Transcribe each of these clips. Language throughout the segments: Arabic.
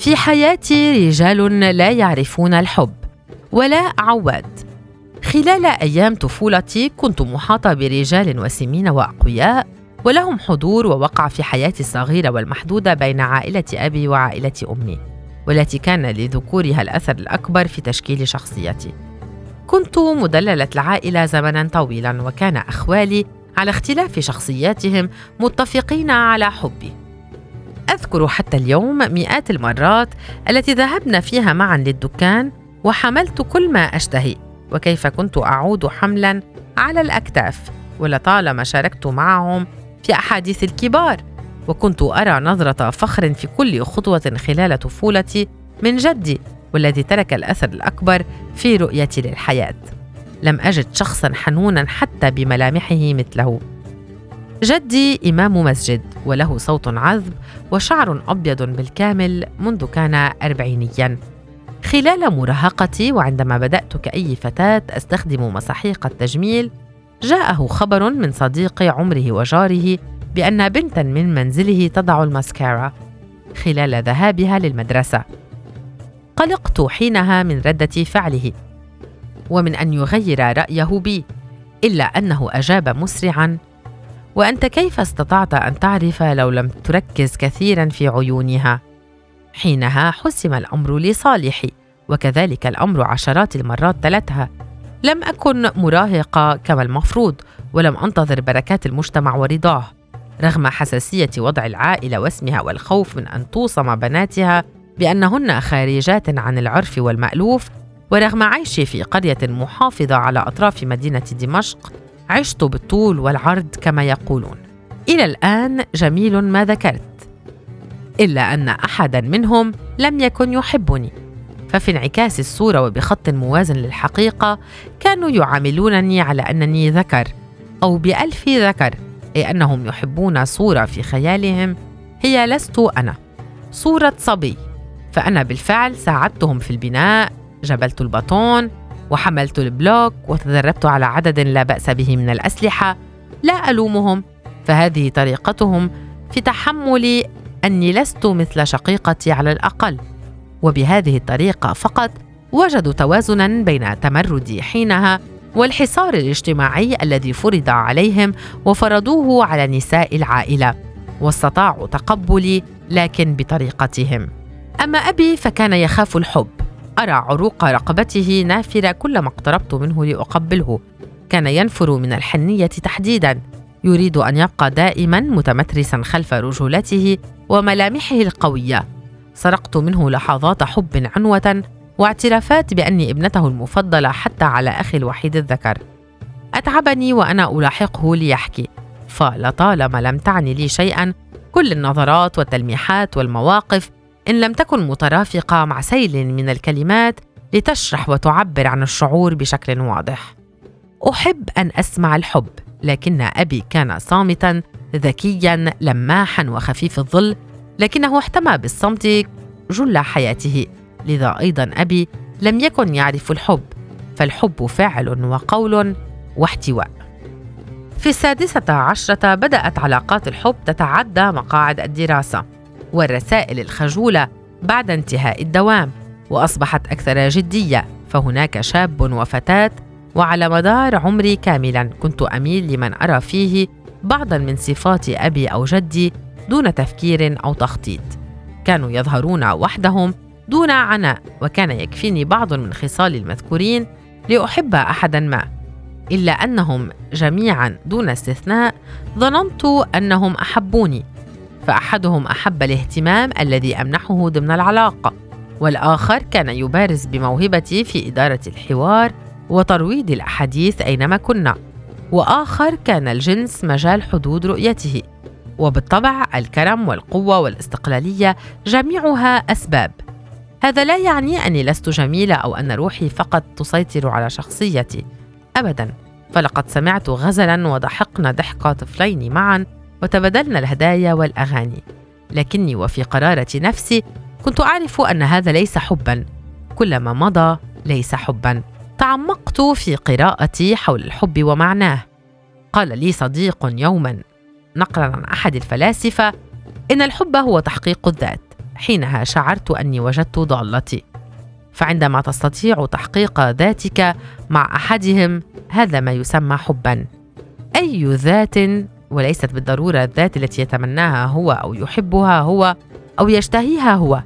في حياتي رجال لا يعرفون الحب ولا عواد. خلال أيام طفولتي كنت محاطة برجال وسمين وأقوياء، ولهم حضور ووقع في حياتي الصغيرة والمحدودة بين عائلة أبي وعائلة أمي، والتي كان لذكورها الأثر الأكبر في تشكيل شخصيتي. كنت مدللة العائلة زمناً طويلاً، وكان أخوالي على اختلاف شخصياتهم متفقين على حبي. أذكر حتى اليوم مئات المرات التي ذهبنا فيها معاً للدكان وحملت كل ما أشتهي، وكيف كنت أعود حملاً على الأكتاف، ولطالما شاركت معهم في أحاديث الكبار، وكنت أرى نظرة فخر في كل خطوة خلال طفولتي من جدي، والذي ترك الأثر الأكبر في رؤيتي للحياة. لم أجد شخصاً حنوناً حتى بملامحه مثله. جدي إمام مسجد، وله صوت عذب وشعر أبيض بالكامل منذ كان 40ياً. خلال مراهقتي وعندما بدأت كأي فتاة أستخدم مساحيق التجميل، جاءه خبر من صديق عمره وجاره بأن بنتاً من منزله تضع الماسكارا خلال ذهابها للمدرسة. قلقت حينها من ردة فعله ومن أن يغير رأيه بي، إلا أنه أجاب مسرعاً: وأنت كيف استطعت أن تعرف لو لم تركز كثيراً في عيونها؟ حينها حسم الأمر لصالحي، وكذلك الأمر عشرات المرات تلتها. لم أكن مراهقة كما المفروض، ولم أنتظر بركات المجتمع ورضاه، رغم حساسية وضع العائلة واسمها والخوف من أن توصم بناتها بأنهن خارجات عن العرف والمألوف. ورغم عيشي في قرية محافظة على أطراف مدينة دمشق، عشت بالطول والعرض كما يقولون. إلى الآن جميل ما ذكرت، إلا أن أحداً منهم لم يكن يحبني، ففي انعكاس الصورة وبخط موازن للحقيقة كانوا يعاملونني على أنني ذكر أو بألف ذكر، أي أنهم يحبون صورة في خيالهم هي لست أنا، صورة صبي. فأنا بالفعل ساعدتهم في البناء، جبلت البطون وحملت البلوك وتدربت على عدد لا بأس به من الأسلحة. لا ألومهم، فهذه طريقتهم في تحمل أني لست مثل شقيقتي على الأقل. وبهذه الطريقة فقط وجدوا توازناً بين تمردي حينها والحصار الاجتماعي الذي فرض عليهم وفرضوه على نساء العائلة، واستطاعوا تقبلي لكن بطريقتهم. أما أبي فكان يخاف الحب. أرى عروق رقبته نافرة كلما اقتربت منه لأقبله. كان ينفر من الحنية تحديداً، يريد أن يبقى دائماً متمترساً خلف رجولته وملامحه القوية. سرقت منه لحظات حب عنوة واعترافات بأني ابنته المفضلة حتى على أخي الوحيد الذكر. أتعبني وأنا ألاحقه ليحكي، فلطالما لم تعني لي شيئاً كل النظرات والتلميحات والمواقف إن لم تكن مترافقة مع سيل من الكلمات لتشرح وتعبر عن الشعور بشكل واضح. أحب أن أسمع الحب، لكن أبي كان صامتاً ذكياً لماحاً وخفيف الظل، لكنه احتمى بالصمت جل حياته. لذا أيضاً أبي لم يكن يعرف الحب، فالحب فعل وقول واحتواء. في 16 بدأت علاقات الحب تتعدى مقاعد الدراسة والرسائل الخجولة بعد انتهاء الدوام، وأصبحت أكثر جدية. فهناك شاب وفتاة، وعلى مدار عمري كاملاً كنت أميل لمن أرى فيه بعضاً من صفات أبي أو جدي دون تفكير أو تخطيط. كانوا يظهرون وحدهم دون عناء، وكان يكفيني بعض من خصال المذكورين لأحب أحداً ما. إلا أنهم جميعاً دون استثناء ظننت أنهم أحبوني، فأحدهم أحب الاهتمام الذي أمنحه ضمن العلاقة، والآخر كان يبارز بموهبتي في إدارة الحوار وترويض الأحاديث أينما كنا، وآخر كان الجنس مجال حدود رؤيته. وبالطبع الكرم والقوة والاستقلالية جميعها أسباب. هذا لا يعني أني لست جميلة أو أن روحي فقط تسيطر على شخصيتي، أبداً، فلقد سمعت غزلاً وضحكنا ضحك طفلين معاً وتبادلنا الهدايا والأغاني. لكني وفي قرارة نفسي كنت أعرف أن هذا ليس حباً، كلما مضى ليس حباً. تعمقت في قراءتي حول الحب ومعناه. قال لي صديق يوماً نقلاً عن أحد الفلاسفة إن الحب هو تحقيق الذات، حينها شعرت أني وجدت ضالتي. فعندما تستطيع تحقيق ذاتك مع أحدهم، هذا ما يسمى حباً. أي ذات، وليست بالضرورة الذات التي يتمناها هو أو يحبها هو أو يشتهيها هو.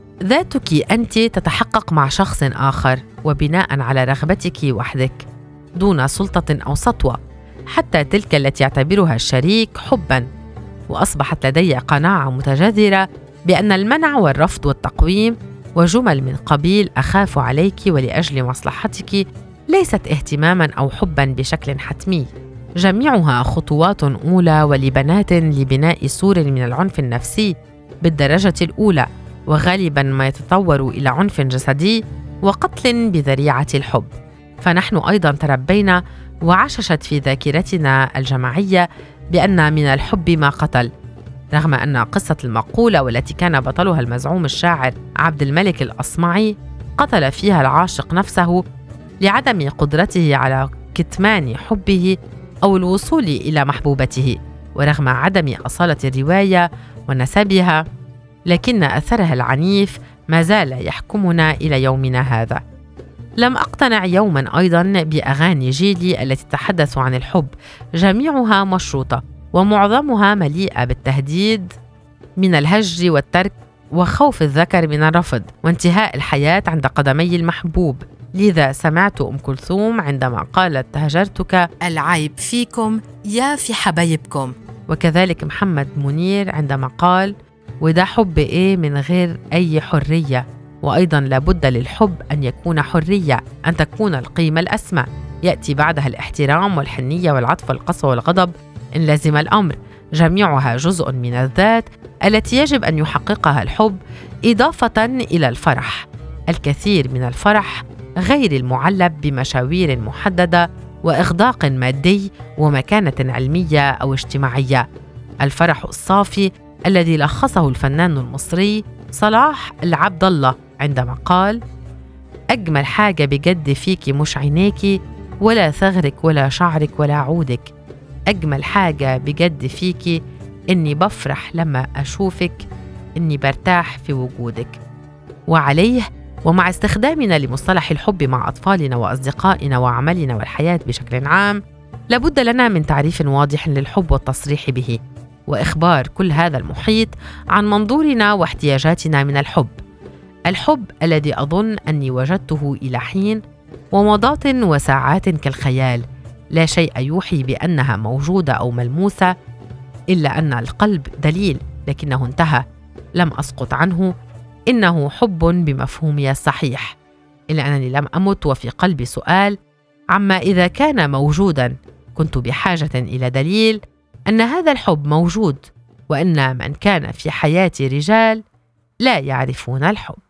ذاتك أنت تتحقق مع شخص آخر وبناء على رغبتك وحدك دون سلطة أو سطوة، حتى تلك التي يعتبرها الشريك حباً. وأصبحت لدي قناعة متجذرة بأن المنع والرفض والتقويم وجمل من قبيل أخاف عليك ولأجل مصلحتك ليست اهتماماً أو حباً بشكل حتمي، جميعها خطوات أولى ولبنات لبناء سور من العنف النفسي بالدرجة الأولى، وغالباً ما يتطور إلى عنف جسدي وقتل بذريعة الحب. فنحن أيضاً تربينا وعششت في ذاكرتنا الجماعية بأن من الحب ما قتل، رغم أن قصة المقولة والتي كان بطلها المزعوم الشاعر عبد الملك الأصمعي قتل فيها العاشق نفسه لعدم قدرته على كتمان حبه أو الوصول إلى محبوبته. ورغم عدم أصالة الرواية ونسبها، لكن أثرها العنيف ما زال يحكمنا إلى يومنا هذا. لم أقتنع يوما أيضا بأغاني جيلي التي تتحدث عن الحب، جميعها مشروطة ومعظمها مليئة بالتهديد من الهجر والترك وخوف الذكر من الرفض وانتهاء الحياة عند قدمي المحبوب. لذا سمعت أم كلثوم عندما قالت هجرتك العيب فيكم يا في حبايبكم، وكذلك محمد منير عندما قال وده حب إيه من غير أي حرية. وأيضا لابد للحب أن يكون حرية، أن تكون القيمة الأسمى، يأتي بعدها الاحترام والحنية والعطف والقسوة والغضب إن لزم الأمر، جميعها جزء من الذات التي يجب أن يحققها الحب، إضافة إلى الفرح، الكثير من الفرح غير المعلب بمشاوير محددة وإغداق مادي ومكانة علمية أو اجتماعية. الفرح الصافي الذي لخصه الفنان المصري صلاح العبد الله عندما قال أجمل حاجة بجد فيكي مش عينيكي ولا ثغرك ولا شعرك ولا عودك، أجمل حاجة بجد فيكي إني بفرح لما أشوفك، إني برتاح في وجودك. وعليه ومع استخدامنا لمصطلح الحب مع أطفالنا وأصدقائنا وعملنا والحياة بشكل عام، لابد لنا من تعريف واضح للحب والتصريح به، وإخبار كل هذا المحيط عن منظورنا واحتياجاتنا من الحب. الحب الذي أظن أني وجدته إلى حين ومضات وساعات كالخيال، لا شيء يوحي بأنها موجودة أو ملموسة، إلا أن القلب دليل لكنه انتهى، لم أسقط عنه، إنه حب بمفهومي الصحيح، إلا أنني لم أمت وفي قلبي سؤال عما إذا كان موجوداً كنت بحاجة إلى دليل أن هذا الحب موجود، وأن من كان في حياتي رجال لا يعرفون الحب.